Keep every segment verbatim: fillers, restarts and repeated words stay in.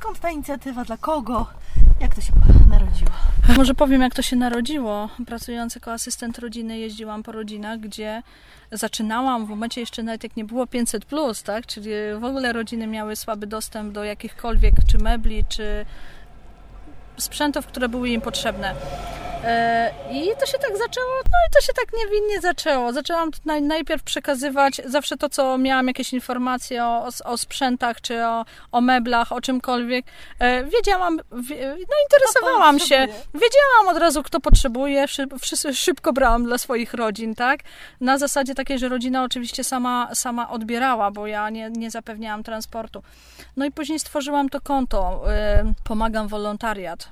skąd ta inicjatywa, dla kogo? Jak to się narodziło? Może powiem, jak to się narodziło. Pracując jako asystent rodziny jeździłam po rodzinach, gdzie zaczynałam w momencie jeszcze nawet jak nie było pięćset plus, tak? Czyli w ogóle rodziny miały słaby dostęp do jakichkolwiek czy mebli, czy sprzętów, które były im potrzebne. I to się tak zaczęło, no i to się tak niewinnie zaczęło. Zaczęłam najpierw przekazywać zawsze to, co miałam jakieś informacje o, o sprzętach, czy o, o meblach, o czymkolwiek. Wiedziałam, no interesowałam się. Wiedziałam od razu, kto potrzebuje. Wszyscy szybko brałam dla swoich rodzin, tak? Na zasadzie takiej, że rodzina oczywiście sama, sama odbierała, bo ja nie, nie zapewniałam transportu. No i później stworzyłam to konto. Pomagam wolontariat.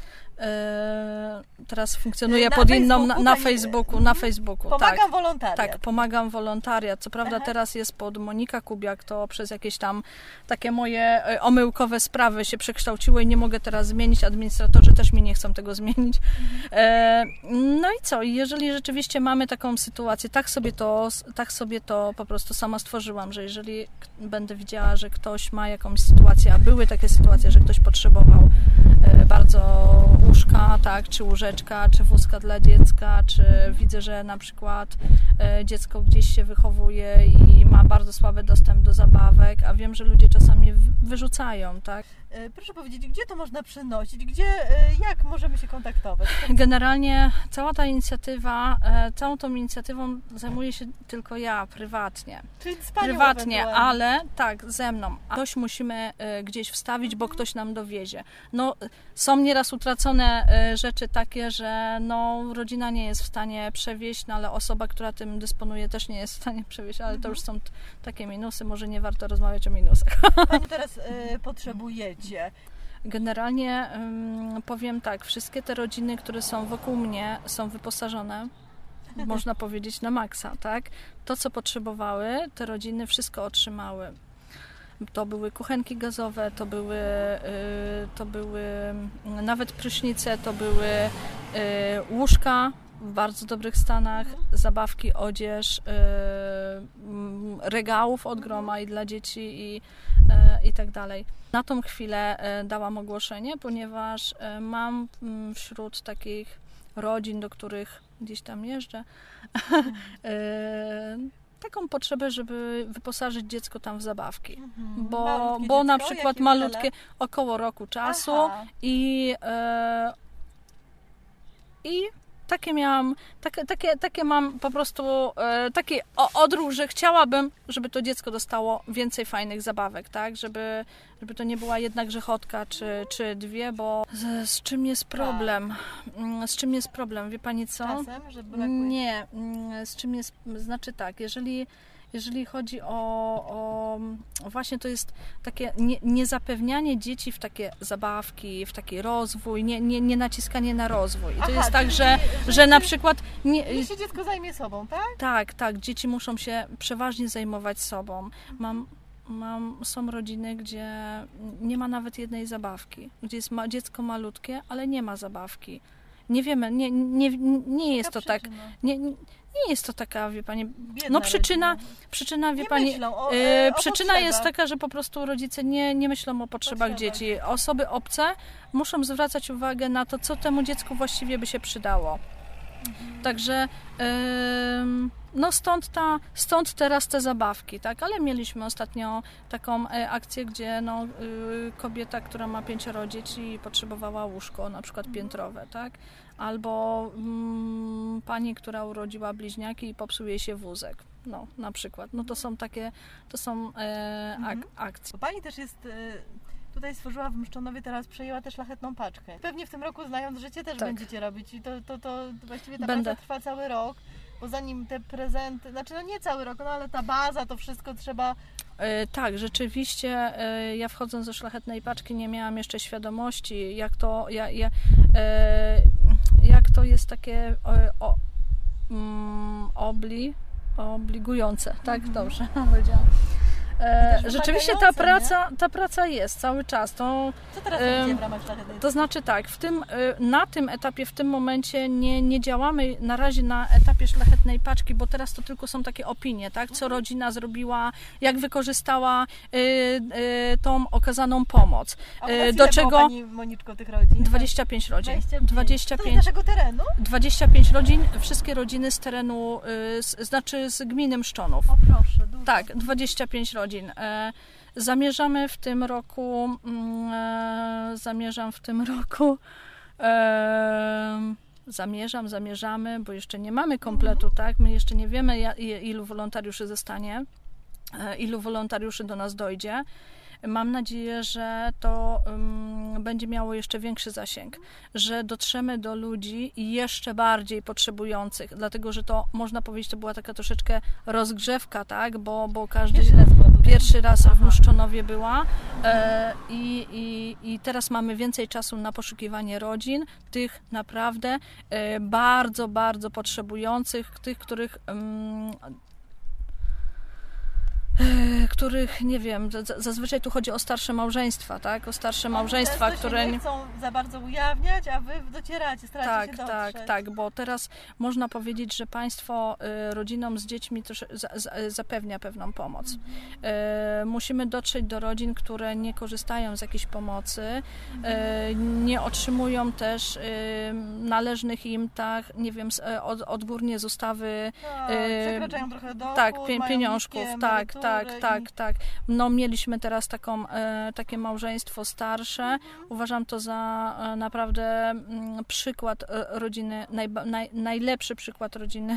Teraz funkcjonuje na pod Facebooku, inną, na, na Facebooku, na Facebooku. Pomagam tak, wolontariat. Tak, pomagam wolontariat. Co prawda Aha. teraz jest pod Monika Kubiak, to przez jakieś tam takie moje omyłkowe sprawy się przekształciło i nie mogę teraz zmienić. Administratorzy też mi nie chcą tego zmienić. Mhm. No i co? Jeżeli rzeczywiście mamy taką sytuację, tak sobie to, tak sobie to po prostu sama stworzyłam, że jeżeli będę widziała, że ktoś ma jakąś sytuację, a były takie sytuacje, że ktoś potrzebował bardzo łóżka, tak, czy łóżeczka, czy wózka dla dziecka, czy widzę, że na przykład e, dziecko gdzieś się wychowuje i ma bardzo słaby dostęp do zabawek, a wiem, że ludzie czasami wyrzucają, tak? E, proszę powiedzieć, gdzie to można przenosić? Gdzie, e, jak możemy się kontaktować? Generalnie cała ta inicjatywa, e, całą tą inicjatywą zajmuję się tylko ja, prywatnie. Czyli z panią Prywatnie, ale tak, ze mną. A ktoś musimy e, gdzieś wstawić, bo ktoś nam dowiezie. No, są nieraz utracone e, rzeczy takie, że no, rodzina nie jest w stanie przewieźć, no, ale osoba, która tym dysponuje, też nie jest w stanie przewieźć, ale to już są t- takie minusy, może nie warto rozmawiać o minusach. Pani teraz e, potrzebujecie? Generalnie um, powiem tak, wszystkie te rodziny, które są wokół mnie, są wyposażone, można powiedzieć, na maksa, tak? To, co potrzebowały, te rodziny wszystko otrzymały. To były kuchenki gazowe, to były, to były nawet prysznice, to były łóżka w bardzo dobrych stanach, zabawki, odzież, regałów od groma i dla dzieci i, i tak dalej. Na tą chwilę dałam ogłoszenie, ponieważ mam wśród takich rodzin, do których gdzieś tam jeżdżę, taką potrzebę, żeby wyposażyć dziecko tam w zabawki. Mhm. Bo, bo na przykład malutkie, około roku czasu. Aha. i e, i takie miałam, takie, takie, takie mam po prostu e, taki odruch, że chciałabym, żeby to dziecko dostało więcej fajnych zabawek, tak? Żeby, żeby to nie była jedna grzechotka czy, czy dwie, bo z, z czym jest problem? Z czym jest problem? Wie pani co? Czasem, że brakuje? Nie, z czym jest, znaczy tak, jeżeli Jeżeli chodzi o, o właśnie to jest takie nie, niezapewnianie dzieci w takie zabawki, w taki rozwój, nie, nie, nie naciskanie na rozwój. I to Aha, jest tak, że, że, że, że na przykład... Nie, niech się dziecko zajmie sobą, tak? Tak, tak. Dzieci muszą się przeważnie zajmować sobą. Mam, mam, są rodziny, gdzie nie ma nawet jednej zabawki, gdzie jest ma, dziecko malutkie, ale nie ma zabawki. Nie wiemy, nie, nie, nie jest to tak... Nie, Nie jest to taka, wie pani, Biedna no przyczyna, rodzina. przyczyna, wie nie pani, myślą o, e, o przyczyna potrzebach. jest taka, że po prostu rodzice nie, nie myślą o potrzebach Potrzeba. dzieci. Osoby obce muszą zwracać uwagę na to, co temu dziecku właściwie by się przydało. Mhm. Także ym, no stąd, ta, stąd teraz te zabawki, tak? Ale mieliśmy ostatnio taką e, akcję, gdzie no, y, kobieta, która ma pięcioro dzieci, potrzebowała łóżko, na przykład piętrowe, tak? Albo mm, pani, która urodziła bliźniaki i popsuje się wózek, no na przykład. No to są takie, to są e, ak- mhm. akcje. Pani też jest... Y- Tutaj stworzyła w Mszczonowie, teraz przejęła tę szlachetną paczkę. Pewnie w tym roku, znając życie, też tak. będziecie robić i to, to, to właściwie ta Będę. praca trwa cały rok, bo zanim te prezenty, znaczy no nie cały rok, no ale ta baza, to wszystko trzeba... E, tak, rzeczywiście e, ja wchodząc do szlachetnej paczki nie miałam jeszcze świadomości, jak to, ja, ja, e, jak to jest takie o, o, mm, obli, obligujące, tak? Mhm. Dobrze powiedziałam. E, też rzeczywiście ta wymagające, praca, ta praca jest cały czas. To, Co teraz Em, robicie w ramach szlachetnej? to znaczy tak, w tym, y, na tym etapie, w tym momencie nie, nie działamy na razie na etapie szlachetnej paczki, bo teraz to tylko są takie opinie, tak? Co rodzina zrobiła, jak wykorzystała y, y, tą okazaną pomoc. A u Y, nas do ile czego było, Pani Moniczko, tych rodzin? dwadzieścia pięć rodzin. dwadzieścia pięć. To z dwadzieścia pięć, naszego terenu? dwadzieścia pięć rodzin, wszystkie rodziny z terenu, y, z, znaczy z gminy Mszczonów. O proszę, dużo. Tak, dwadzieścia pięć rodzin. E, Zamierzamy w tym roku, mm, e, zamierzam w tym roku, e, zamierzam, zamierzamy, bo jeszcze nie mamy kompletu, tak? My jeszcze nie wiemy, ja- i- ilu wolontariuszy zostanie, e, ilu wolontariuszy do nas dojdzie. Mam nadzieję, że to um, będzie miało jeszcze większy zasięg, że dotrzemy do ludzi jeszcze bardziej potrzebujących, dlatego że to, można powiedzieć, to była taka troszeczkę rozgrzewka, tak? Bo, bo każdy Pierwszy raz była tutaj. pierwszy raz w Aha. Mszczonowie była e, i, i, i teraz mamy więcej czasu na poszukiwanie rodzin, tych naprawdę e, bardzo, bardzo potrzebujących, tych, których mm, e, których, nie wiem, z- zazwyczaj tu chodzi o starsze małżeństwa, tak? O starsze małżeństwa, Często które... się nie chcą za bardzo ujawniać, a wy docieracie, staracie się Tak, dotrzeć. tak, tak, bo teraz można powiedzieć, że państwo y, rodzinom z dziećmi też za, za, zapewnia pewną pomoc. Y, musimy dotrzeć do rodzin, które nie korzystają z jakiejś pomocy, y, nie otrzymują też y, należnych im, tak, nie wiem, z, e, od, odgórnie z ustawy Tak, y, przekraczają trochę dochód, tak, pie- mają pieniążków, niskie tak, tak, emerytury tak, i- tak. No mieliśmy teraz taką, e, takie małżeństwo starsze. Mhm. Uważam to za e, naprawdę mm, przykład e, rodziny, najba, naj, najlepszy przykład rodziny.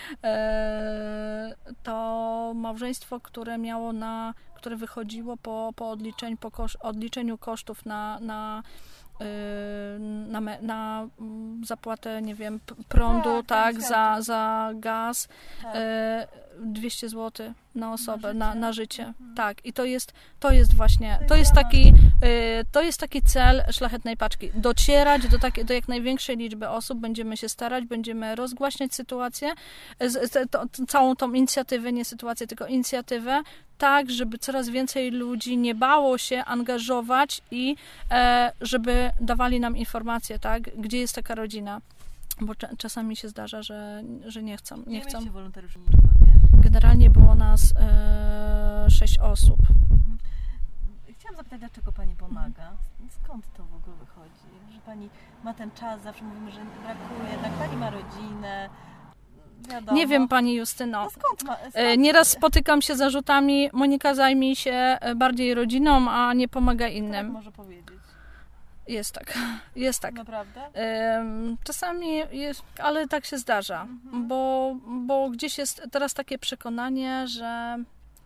E, to małżeństwo, które miało na, które wychodziło po, po, odliczeniu, po kosz, odliczeniu kosztów na, na y, na, me- na mm, zapłatę, nie wiem, p- prądu, Tak, tak, tak, za, świadczeń. za gaz, Tak. e, dwieście złotych na osobę, na, życie. na życie. Mhm. Tak, i to jest, to jest właśnie, To to jest jest dramat. taki, y, to jest taki cel szlachetnej paczki. Docierać do, takie, do jak największej liczby osób, będziemy się starać, będziemy rozgłaśniać sytuację, z, z, to, całą tą inicjatywę, nie sytuację, tylko inicjatywę, tak, żeby coraz więcej ludzi nie bało się angażować i e, żeby dawali nam informacje, tak, gdzie jest taka rodzina. Bo cza- czasami się zdarza, że, że nie chcą, nie Nie chcą. mieliście wolontariuszy w Mszczonowie. Generalnie było nas e, sześć osób. Mhm. Chciałam zapytać, dlaczego Pani pomaga? Skąd to w ogóle wychodzi? Że Pani ma ten czas, zawsze mówimy, że brakuje, jednak Pani ma rodzinę, wiadomo. Nie wiem, pani Justyno. No skąd ma... Skąd? E, Nieraz spotykam się z zarzutami, Monika, zajmij się e, bardziej rodziną, a nie pomaga Tak innym. może powiedzieć. Jest tak, jest tak. Naprawdę? Em, Czasami jest, ale tak się zdarza, Mhm. bo, bo gdzieś jest teraz takie przekonanie, że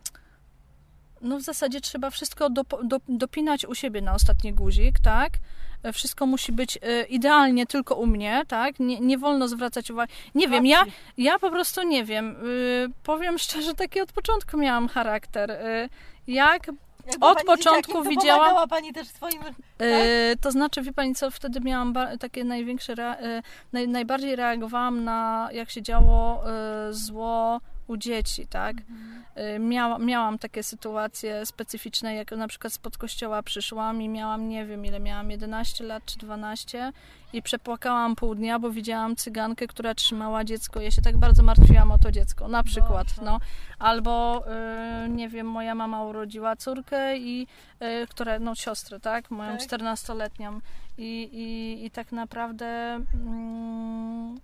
no w zasadzie trzeba wszystko do, do, dopinać u siebie na ostatni guzik, tak? E, Wszystko musi być e, idealnie tylko u mnie, tak? Nie, nie wolno zwracać uwagi. Nie wiem, ja, Racji. ja po prostu nie wiem. Y, powiem szczerze, taki od początku miałam charakter. Y, jak Jak była od pani początku dzieciakiem, to widziałam- pomagała Pani też swoim... E, to znaczy, wie pani co, wtedy miałam ba- takie największe, rea- e, naj- najbardziej reagowałam na, jak się działo e, zło u dzieci, tak? E, miała, miałam takie sytuacje specyficzne, jak na przykład spod kościoła przyszłam i miałam, nie wiem ile miałam, jedenaście lat czy dwanaście i przepłakałam pół dnia, bo widziałam cygankę, która trzymała dziecko. Ja się tak bardzo martwiłam o to dziecko, na przykład, Boże. no. Albo, e, nie wiem, moja mama urodziła córkę i e, która, no siostrę, tak? Moją Tak. czternastoletnią i, i, i tak naprawdę mm,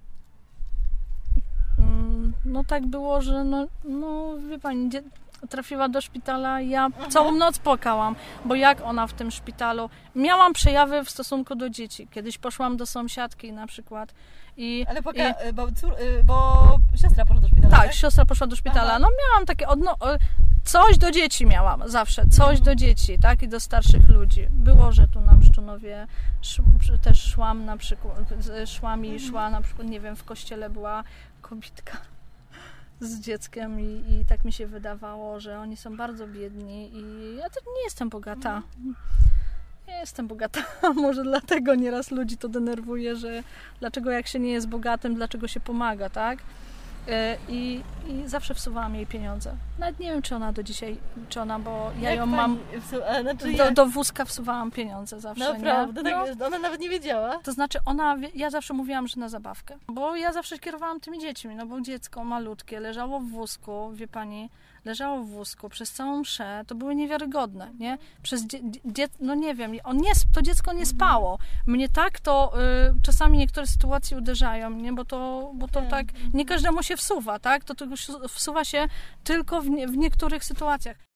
mm, no tak było, że no, no wie pani, dzie- trafiła do szpitala i ja całą noc płakałam, bo jak ona w tym szpitalu, miałam przejawy w stosunku do dzieci, kiedyś poszłam do sąsiadki na przykład i Ale i- poka- bo, cór, y, bo siostra poszła do szpitala, tak, siostra poszła do szpitala. Aha. No miałam takie odno... o, coś do dzieci miałam zawsze, coś do dzieci, tak, i do starszych ludzi. Było, że tu na Mszczonowie sz... też szłam na przykład, z- szłam i szła na przykład, nie wiem, w kościele była kobitka z dzieckiem i, i tak mi się wydawało, że oni są bardzo biedni i ja też nie jestem bogata. Nie jestem bogata, może dlatego nieraz ludzi to denerwuje, że dlaczego jak się nie jest bogatym, dlaczego się pomaga, tak? I, i zawsze wsuwałam jej pieniądze. Nawet nie wiem, czy ona do dzisiaj, czy ona, bo ja Jak ją pani mam... wsu- a, znaczy Do, jak? do wózka wsuwałam pieniądze zawsze, Naprawdę, nie? No, tak, ona nawet nie wiedziała. to znaczy ona, wie- ja zawsze mówiłam, że na zabawkę, bo ja zawsze kierowałam tymi dziećmi, no bo dziecko malutkie leżało w wózku, wie pani, leżało w wózku przez całą mszę, to były niewiarygodne, nie? Przez dzie, dzie, no nie wiem, on nie, sp- to dziecko nie spało. Mnie tak to y, czasami niektóre sytuacje uderzają, nie? Bo to, bo to tak, nie każdemu się wsuwa, tak? To tylko wsuwa się tylko w, nie, w niektórych sytuacjach.